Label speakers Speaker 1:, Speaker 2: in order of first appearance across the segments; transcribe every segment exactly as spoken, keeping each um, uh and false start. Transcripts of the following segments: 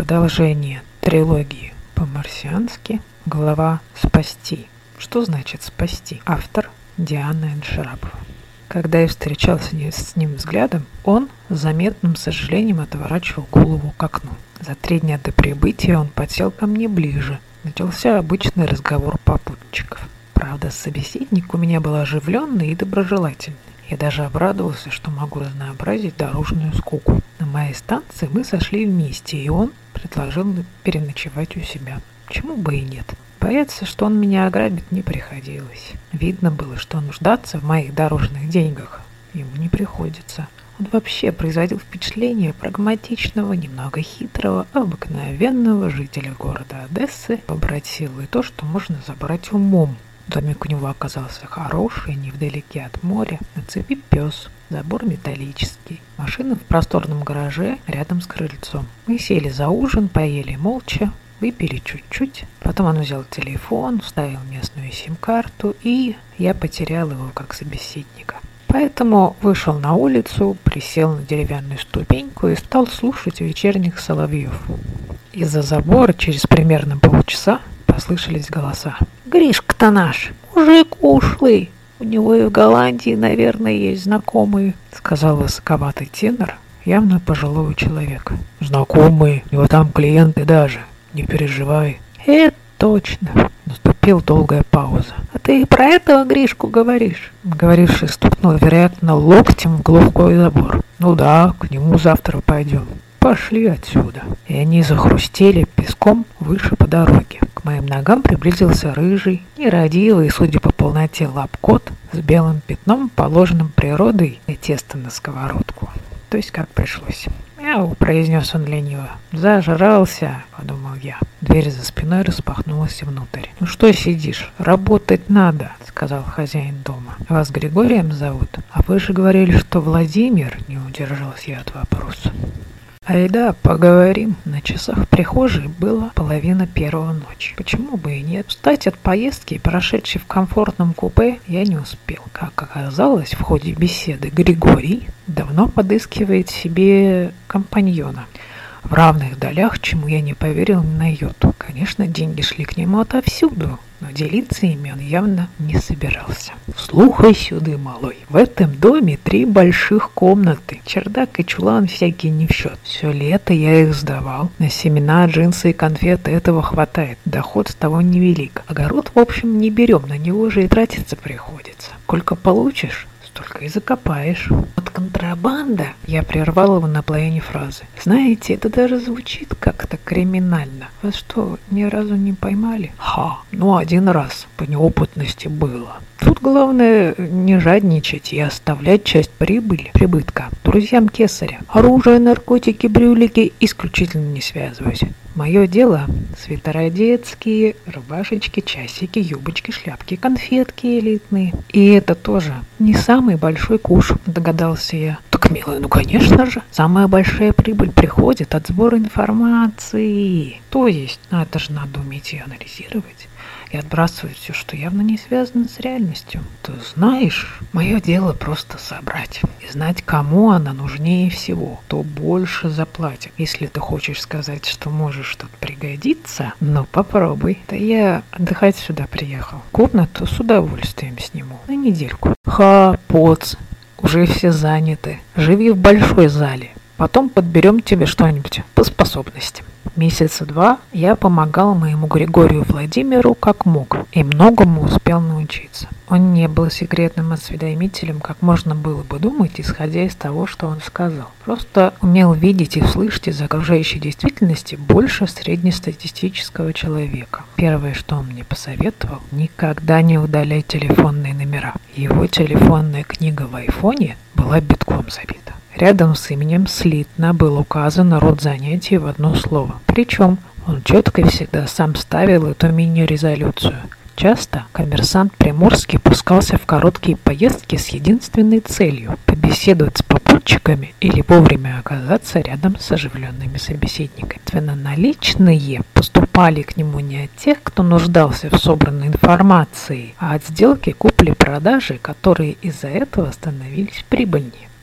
Speaker 1: Продолжение трилогии по-марсиански, глава «Спасти». Что значит «спасти»? Автор Диана Эншарапова. Когда я встречался с ним взглядом, он с заметным сожалением отворачивал голову к окну. За три дня до прибытия он подсел ко мне ближе. Начался обычный разговор попутчиков. Правда, собеседник у меня был оживленный и доброжелательный. Я даже обрадовался, что могу разнообразить дорожную скуку. На моей станции мы сошли вместе, и он предложил переночевать у себя. Почему бы и нет? Бояться, что он меня ограбит, не приходилось. Видно было, что нуждаться в моих дорожных деньгах ему не приходится. Он вообще производил впечатление прагматичного, немного хитрого, обыкновенного жителя города Одессы. Побратил и то, что можно забрать умом. Домик у него оказался хороший, невдалеке от моря, на цепи пес, забор металлический, машина в просторном гараже рядом с крыльцом. Мы сели за ужин, поели молча, выпили чуть-чуть, потом он взял телефон, вставил местную сим-карту, и я потерял его как собеседника. Поэтому вышел на улицу, присел на деревянную ступеньку и стал слушать вечерних соловьев. Из-за забора через примерно полчаса послышались голоса. «Гришка-то наш, мужик ушлый, у него и в Голландии, наверное, есть знакомые», сказал высоковатый тенор, явно пожилого человека. «Знакомые, у него там клиенты даже, не переживай». «Это точно». Наступила долгая пауза. «А ты про этого Гришку говоришь?» Говоривший стукнул, вероятно, локтем в глухой забор. «Ну да, к нему завтра пойдем». «Пошли отсюда». И они захрустели песком выше по дороге. К моим ногам приблизился рыжий, нерадивый, судя по полноте, лапкот с белым пятном, положенным природой и тесто на сковородку. То есть как пришлось. «Мяу», — произнес он лениво. «Зажрался», — подумал я. Дверь за спиной распахнулась внутрь. «Ну что сидишь? Работать надо», — сказал хозяин дома. «Вас Григорием зовут? А вы же говорили, что Владимир», — не удержался я от вопроса. «Айда, поговорим». На часах в прихожей было половина первого ночи. Почему бы и нет? Встать от поездки, прошедшей в комфортном купе, я не успел. Как оказалось, в ходе беседы Григорий давно подыскивает себе компаньона. В равных долях, чему я не поверил ни на йоту. Конечно, деньги шли к нему отовсюду, но делиться ими он явно не собирался. «Слухай сюда, малой, в этом доме три больших комнаты, чердак и чулан всякие не в счет. Все лето я их сдавал, на семена, джинсы и конфеты этого хватает, доход с того невелик. Огород, в общем, не берем, на него же и тратиться приходится. Сколько получишь, только и закопаешь». «Вот контрабанда!» Я прервал его на половине фразы. «Знаете, это даже звучит как-то криминально. Вас что, ни разу не поймали?» «Ха, ну один раз, по неопытности было. Тут главное не жадничать и оставлять часть прибыли, прибытка друзьям кесаря. Оружие, наркотики, брюлики исключительно не связывать. Мое дело — свитера детские, рубашечки, часики, юбочки, шляпки, конфетки элитные. И это тоже не самый большой куш», — догадался я. «Так, милая, ну конечно же, самая большая прибыль приходит от сбора информации. То есть, ну это же надо уметь ее анализировать и отбрасывать все, что явно не связано с реальностью. Ты знаешь, мое дело просто собрать и знать, кому она нужнее всего, то больше заплатит. Если ты хочешь сказать, что можешь что-то пригодиться, ну попробуй. Да я отдыхать сюда приехал. Комнату с удовольствием сниму на недельку». «Ха, поц, уже все заняты. Живи в большой зале. Потом подберем тебе что-нибудь по способностям». Месяца два я помогал моему Григорию Владимиру как мог и многому успел научиться. Он не был секретным осведомителем, как можно было бы думать, исходя из того, что он сказал. Просто умел видеть и слышать из окружающей действительности больше среднестатистического человека. Первое, что он мне посоветовал, никогда не удаляй телефонные номера. Его телефонная книга в айфоне была битком забита. Рядом с именем слитно был указан род занятий в одно слово. Причем он четко всегда сам ставил эту мини-резолюцию. Часто коммерсант Приморский пускался в короткие поездки с единственной целью – побеседовать с попутчиками или вовремя оказаться рядом с оживленными собеседниками. Соответственно, наличные поступали к нему не от тех, кто нуждался в собранной информации, а от сделки купли-продажи, которые из-за этого становились прибыльнее.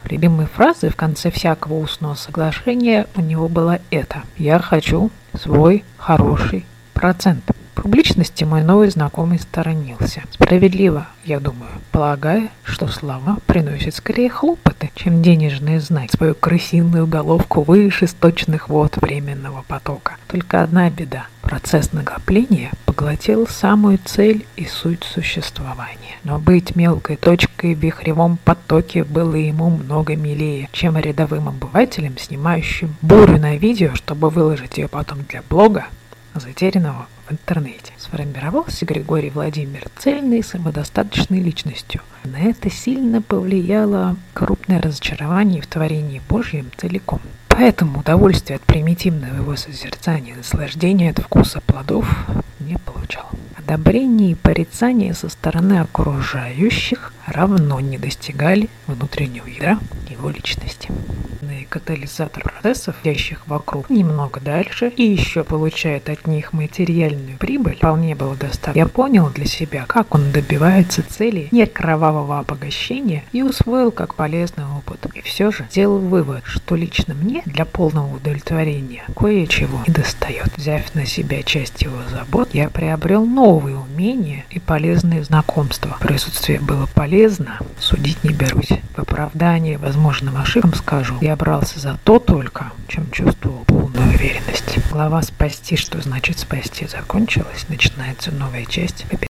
Speaker 1: Любимой фразой в конце всякого устного соглашения у него была эта: «Я хочу свой хороший процент». В публичности мой новый знакомый сторонился. Справедливо, я думаю, полагая, что слава приносит скорее хлопоты, чем денежные знаки. Свою крысиную головку выше сточных вод временного потока. Только одна беда. Процесс накопления поглотил самую цель и суть существования. Но быть мелкой точкой в вихревом потоке было ему много милее, чем рядовым обывателям, снимающим бурю на видео, чтобы выложить ее потом для блога, затерянного в интернете. Сформировался Григорий Владимир цельной, самодостаточной личностью. На это сильно повлияло крупное разочарование в творении Божьем целиком. Поэтому удовольствие от примитивного его созерцания и наслаждения от вкуса плодов не получал. Одобрение и порицание со стороны окружающих равно не достигали внутреннего ядра его личности. Катализатор процессов, идущих вокруг, немного дальше, и еще получает от них материальную прибыль, вполне было достаточно. Я понял для себя, как он добивается цели не кровавого обогащения, и усвоил как полезный опыт. И все же сделал вывод, что лично мне для полного удовлетворения кое-чего не достает. Взяв на себя часть его забот, я приобрел новые умения и полезные знакомства. Присутствие было полезно, судить не берусь. В оправдание возможным ошибкам скажу, я брался за то только, чем чувствовал полную уверенность. Глава «Спасти, что значит спасти» закончилась, начинается новая часть.